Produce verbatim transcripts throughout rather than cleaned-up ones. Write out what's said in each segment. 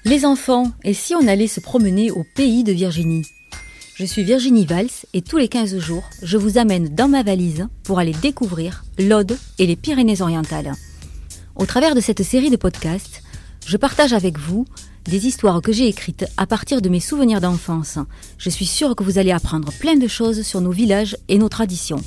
Les enfants, et si on allait se promener au pays de Virginie ? Je suis Virginie Valls et tous les quinze jours, je vous amène dans ma valise pour aller découvrir l'Aude et les Pyrénées-Orientales. Au travers de cette série de podcasts, je partage avec vous des histoires que j'ai écrites à partir de mes souvenirs d'enfance. Je suis sûre que vous allez apprendre plein de choses sur nos villages et nos traditions.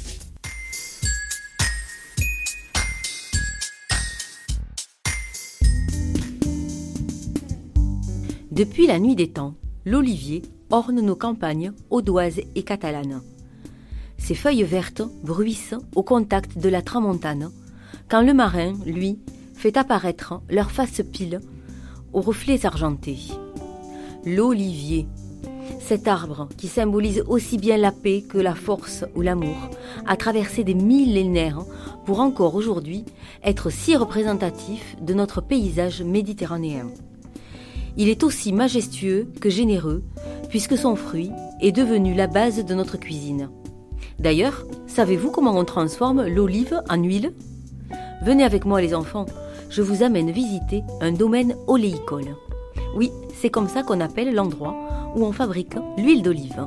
Depuis la nuit des temps, l'olivier orne nos campagnes audoises et catalanes. Ses feuilles vertes bruissent au contact de la tramontane, quand le marin, lui, fait apparaître leurs faces piles aux reflets argentés. L'olivier, cet arbre qui symbolise aussi bien la paix que la force ou l'amour, a traversé des millénaires pour encore aujourd'hui être si représentatif de notre paysage méditerranéen. Il est aussi majestueux que généreux, puisque son fruit est devenu la base de notre cuisine. D'ailleurs, savez-vous comment on transforme l'olive en huile ? Venez avec moi les enfants, je vous amène visiter un domaine oléicole. Oui, c'est comme ça qu'on appelle l'endroit où on fabrique l'huile d'olive.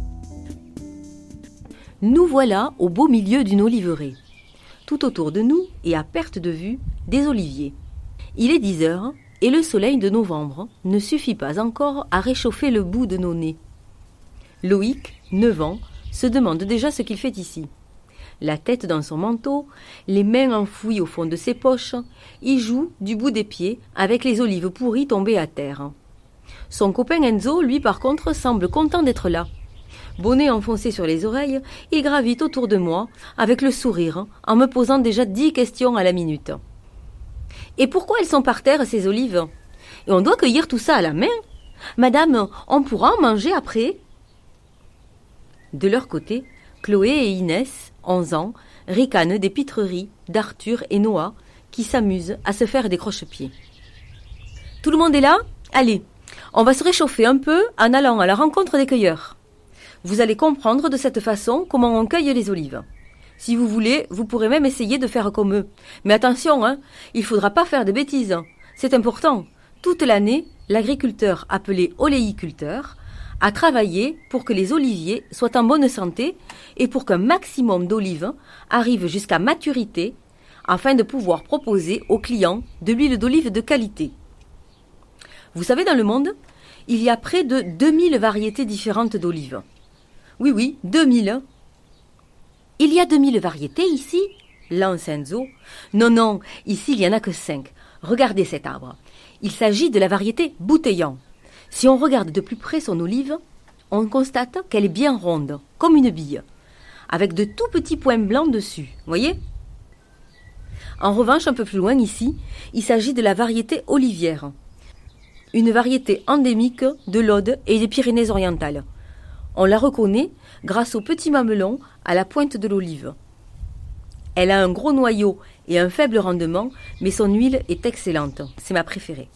Nous voilà au beau milieu d'une oliveraie. Tout autour de nous et à perte de vue, des oliviers. Il est dix heures. Et le soleil de novembre ne suffit pas encore à réchauffer le bout de nos nez. Loïc, neuf ans, se demande déjà ce qu'il fait ici. La tête dans son manteau, les mains enfouies au fond de ses poches, il joue du bout des pieds avec les olives pourries tombées à terre. Son copain Enzo, lui par contre, semble content d'être là. Bonnet enfoncé sur les oreilles, il gravite autour de moi avec le sourire en me posant déjà dix questions à la minute. Et pourquoi elles sont par terre, ces olives ? Et on doit cueillir tout ça à la main ? Madame, on pourra en manger après ? De leur côté, Chloé et Inès, onze ans, ricanent des pitreries d'Arthur et Noah qui s'amusent à se faire des croche-pieds. Tout le monde est là ? Allez, on va se réchauffer un peu en allant à la rencontre des cueilleurs. Vous allez comprendre de cette façon comment on cueille les olives. Si vous voulez, vous pourrez même essayer de faire comme eux. Mais attention, hein, il ne faudra pas faire de bêtises. C'est important. Toute l'année, l'agriculteur appelé oléiculteur a travaillé pour que les oliviers soient en bonne santé et pour qu'un maximum d'olives arrive jusqu'à maturité afin de pouvoir proposer aux clients de l'huile d'olive de qualité. Vous savez, dans le monde, il y a près de deux mille variétés différentes d'olives. Oui, oui, deux mille. Il y a deux mille variétés ici ? Lance Enzo. Non, non, ici il n'y en a que cinq. Regardez cet arbre. Il s'agit de la variété bouteillant. Si on regarde de plus près son olive, on constate qu'elle est bien ronde, comme une bille, avec de tout petits points blancs dessus. Voyez ? En revanche, un peu plus loin ici, il s'agit de la variété olivière, une variété endémique de l'Aude et des Pyrénées-Orientales. On la reconnaît grâce au petit mamelon à la pointe de l'olive. Elle a un gros noyau et un faible rendement, mais son huile est excellente. C'est ma préférée.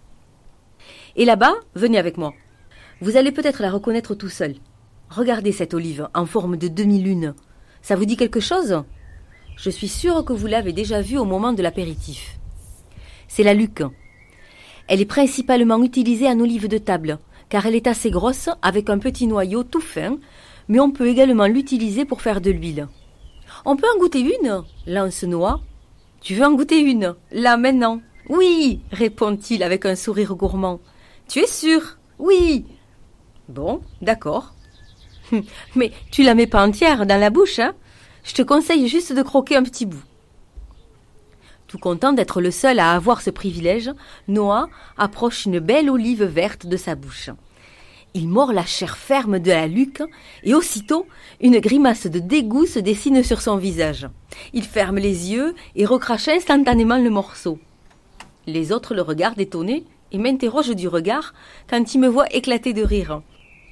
Et là-bas, venez avec moi. Vous allez peut-être la reconnaître tout seul. Regardez cette olive en forme de demi-lune. Ça vous dit quelque chose ? Je suis sûre que vous l'avez déjà vue au moment de l'apéritif. C'est la luque. Elle est principalement utilisée en olive de table, car elle est assez grosse avec un petit noyau tout fin, mais on peut également l'utiliser pour faire de l'huile. On peut en goûter une ? Lance Noah. Tu veux en goûter une ? Là, maintenant ? Oui, répond-il avec un sourire gourmand. Tu es sûr ? Oui. Bon, d'accord. Mais tu la mets pas entière dans la bouche, hein ? Je te conseille juste de croquer un petit bout. Tout content d'être le seul à avoir ce privilège, Noah approche une belle olive verte de sa bouche. Il mord la chair ferme de la luque et aussitôt, une grimace de dégoût se dessine sur son visage. Il ferme les yeux et recrache instantanément le morceau. Les autres le regardent étonnés et m'interrogent du regard quand ils me voient éclater de rire.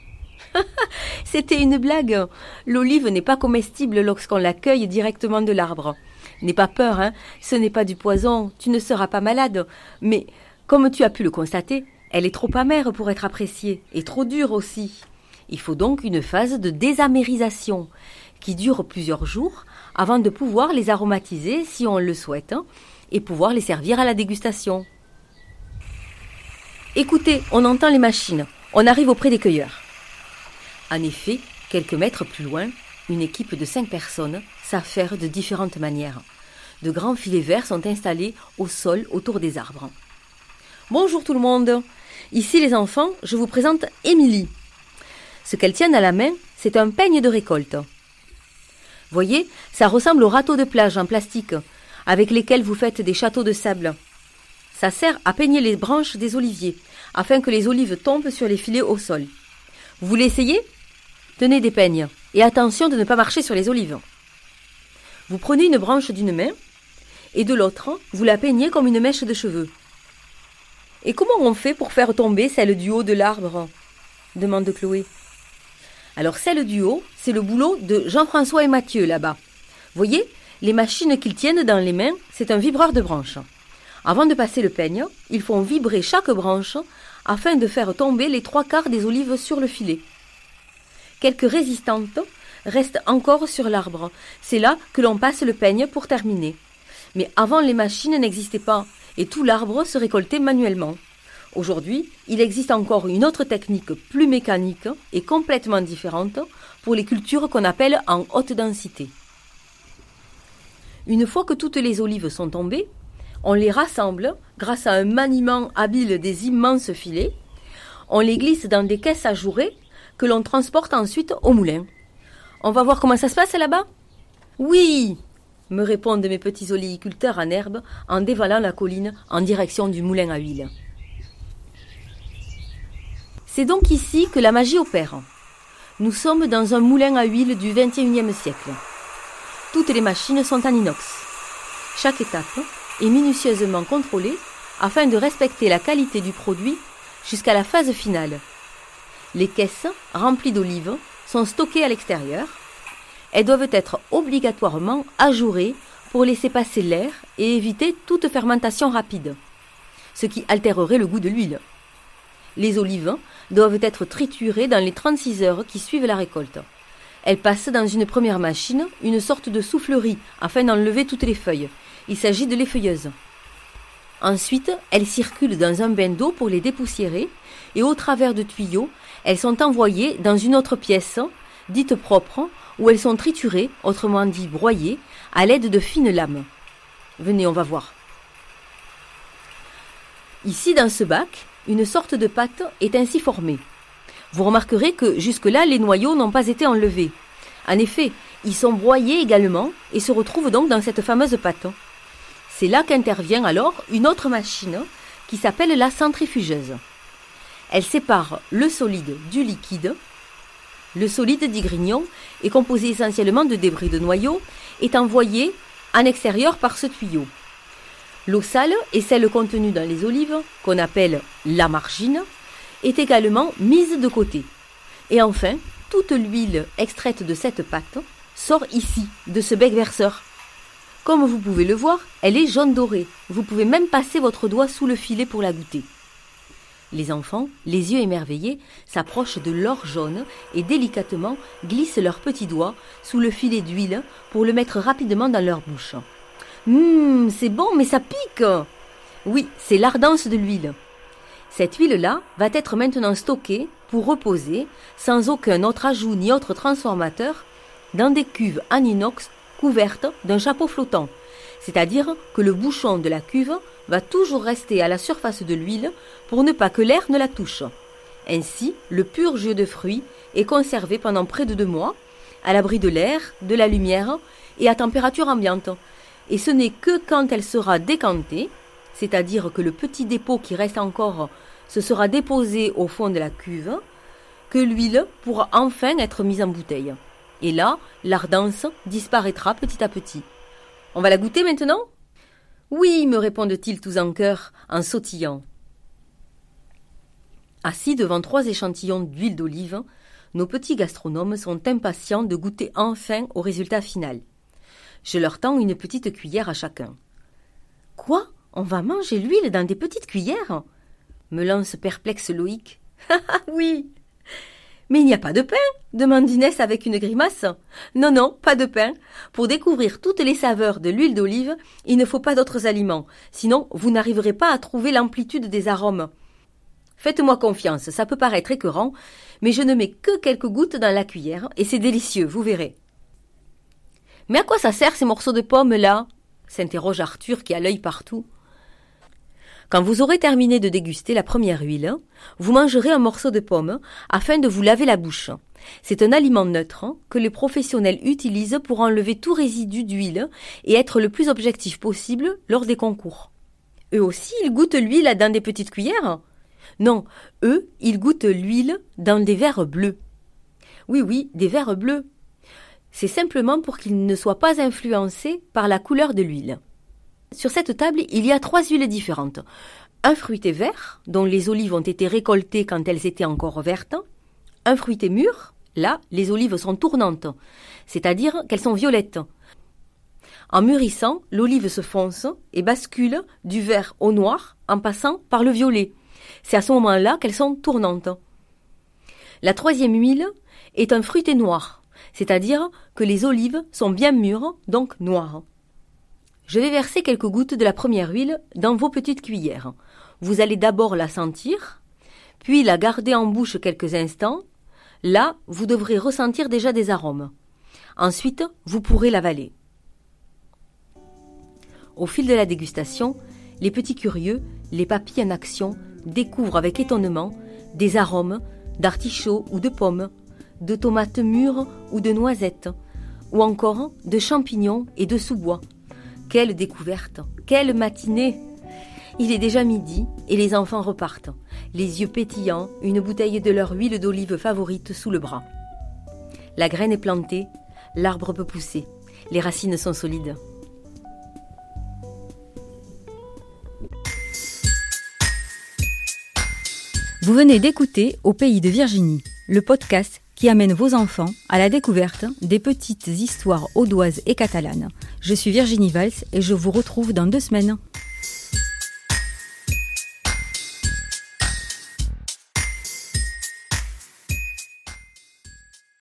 C'était une blague. L'olive n'est pas comestible lorsqu'on la cueille directement de l'arbre. N'aie pas peur, hein, ce n'est pas du poison, tu ne seras pas malade. Mais, comme tu as pu le constater, elle est trop amère pour être appréciée, et trop dure aussi. Il faut donc une phase de désamérisation, qui dure plusieurs jours, avant de pouvoir les aromatiser si on le souhaite, et pouvoir les servir à la dégustation. Écoutez, on entend les machines. On arrive auprès des cueilleurs. En effet, quelques mètres plus loin, une équipe de cinq personnes s'affaire de différentes manières. De grands filets verts sont installés au sol autour des arbres. Bonjour tout le monde. Ici les enfants, je vous présente Émilie. Ce qu'elle tient à la main, c'est un peigne de récolte. Voyez, ça ressemble aux râteaux de plage en plastique, avec lesquels vous faites des châteaux de sable. Ça sert à peigner les branches des oliviers, afin que les olives tombent sur les filets au sol. Vous voulez essayer ? Tenez des peignes, et attention de ne pas marcher sur les olives. Vous prenez une branche d'une main, et de l'autre, vous la peignez comme une mèche de cheveux. Et comment on fait pour faire tomber celle du haut de l'arbre ? Demande Chloé. Alors celle du haut, c'est le boulot de Jean-François et Mathieu là-bas. Voyez, les machines qu'ils tiennent dans les mains, c'est un vibreur de branches. Avant de passer le peigne, ils font vibrer chaque branche afin de faire tomber les trois quarts des olives sur le filet. Quelques résistantes restent encore sur l'arbre. C'est là que l'on passe le peigne pour terminer. Mais avant, les machines n'existaient pas et tout l'arbre se récoltait manuellement. Aujourd'hui, il existe encore une autre technique plus mécanique et complètement différente pour les cultures qu'on appelle en haute densité. Une fois que toutes les olives sont tombées, on les rassemble grâce à un maniement habile des immenses filets. On les glisse dans des caisses ajourées que l'on transporte ensuite au moulin. On va voir comment ça se passe là-bas ? Oui, me répondent mes petits oléiculteurs en herbe en dévalant la colline en direction du moulin à huile. C'est donc ici que la magie opère. Nous sommes dans un moulin à huile du vingt et unième siècle. Toutes les machines sont en inox. Chaque étape est minutieusement contrôlée afin de respecter la qualité du produit jusqu'à la phase finale. Les caisses remplies d'olives sont stockées à l'extérieur. Elles doivent être obligatoirement ajourées pour laisser passer l'air et éviter toute fermentation rapide, ce qui altérerait le goût de l'huile. Les olives doivent être triturées dans les trente-six heures qui suivent la récolte. Elles passent dans une première machine, une sorte de soufflerie, afin d'enlever toutes les feuilles. Il s'agit de l'effeuilleuse. Ensuite, elles circulent dans un bain d'eau pour les dépoussiérer, et au travers de tuyaux, elles sont envoyées dans une autre pièce, dite propre, où elles sont triturées, autrement dit broyées, à l'aide de fines lames. Venez, on va voir. Ici, dans ce bac, une sorte de pâte est ainsi formée. Vous remarquerez que jusque-là, les noyaux n'ont pas été enlevés. En effet, ils sont broyés également et se retrouvent donc dans cette fameuse pâte. C'est là qu'intervient alors une autre machine qui s'appelle la centrifugeuse. Elle sépare le solide du liquide. Le solide, dit Grignon, est composé essentiellement de débris de noyaux, est envoyé en extérieur par ce tuyau. L'eau sale et celle contenue dans les olives, qu'on appelle la margine, est également mise de côté. Et enfin, toute l'huile extraite de cette pâte sort ici, de ce bec verseur. Comme vous pouvez le voir, elle est jaune dorée. Vous pouvez même passer votre doigt sous le filet pour la goûter. Les enfants, les yeux émerveillés, s'approchent de l'or jaune et délicatement glissent leurs petits doigts sous le filet d'huile pour le mettre rapidement dans leur bouche. Hum, c'est bon, mais ça pique. Oui, c'est l'ardence de l'huile. Cette huile-là va être maintenant stockée pour reposer, sans aucun autre ajout ni autre transformateur, dans des cuves en inox couvertes d'un chapeau flottant. C'est-à-dire que le bouchon de la cuve va toujours rester à la surface de l'huile pour ne pas que l'air ne la touche. Ainsi, le pur jus de fruits est conservé pendant près de deux mois, à l'abri de l'air, de la lumière et à température ambiante. Et ce n'est que quand elle sera décantée, c'est-à-dire que le petit dépôt qui reste encore se sera déposé au fond de la cuve, que l'huile pourra enfin être mise en bouteille. Et là, l'ardence disparaîtra petit à petit. On va la goûter maintenant ? Oui, me répondent-ils tous en chœur, en sautillant. Assis devant trois échantillons d'huile d'olive, nos petits gastronomes sont impatients de goûter enfin au résultat final. Je leur tends une petite cuillère à chacun. « Quoi ? On va manger l'huile dans des petites cuillères ?» me lance perplexe Loïc. « Ah oui !»« Mais il n'y a pas de pain ?» demande Inès avec une grimace. « Non, non, pas de pain. Pour découvrir toutes les saveurs de l'huile d'olive, il ne faut pas d'autres aliments. Sinon, vous n'arriverez pas à trouver l'amplitude des arômes. » Faites-moi confiance, ça peut paraître écœurant, mais je ne mets que quelques gouttes dans la cuillère et c'est délicieux, vous verrez. Mais à quoi ça sert ces morceaux de pommes là ? S'interroge Arthur qui a l'œil partout. Quand vous aurez terminé de déguster la première huile, vous mangerez un morceau de pomme afin de vous laver la bouche. C'est un aliment neutre que les professionnels utilisent pour enlever tout résidu d'huile et être le plus objectif possible lors des concours. Eux aussi, ils goûtent l'huile dans des petites cuillères ? Non, eux, ils goûtent l'huile dans des verres bleus. Oui, oui, des verres bleus. C'est simplement pour qu'ils ne soient pas influencés par la couleur de l'huile. Sur cette table, il y a trois huiles différentes. Un fruité vert, dont les olives ont été récoltées quand elles étaient encore vertes. Un fruité mûr, là, les olives sont tournantes, c'est-à-dire qu'elles sont violettes. En mûrissant, l'olive se fonce et bascule du vert au noir en passant par le violet. C'est à ce moment-là qu'elles sont tournantes. La troisième huile est un fruité noir, c'est-à-dire que les olives sont bien mûres, donc noires. Je vais verser quelques gouttes de la première huile dans vos petites cuillères. Vous allez d'abord la sentir, puis la garder en bouche quelques instants. Là, vous devrez ressentir déjà des arômes. Ensuite, vous pourrez l'avaler. Au fil de la dégustation, les petits curieux, les papilles en action, découvrent avec étonnement des arômes d'artichauts ou de pommes, de tomates mûres ou de noisettes, ou encore de champignons et de sous-bois. Quelle découverte! Quelle matinée! Il est déjà midi et les enfants repartent, les yeux pétillants, une bouteille de leur huile d'olive favorite sous le bras. La graine est plantée, l'arbre peut pousser, les racines sont solides. Vous venez d'écouter Au pays de Virginie, le podcast qui amène vos enfants à la découverte des petites histoires audoises et catalanes. Je suis Virginie Valls et je vous retrouve dans deux semaines.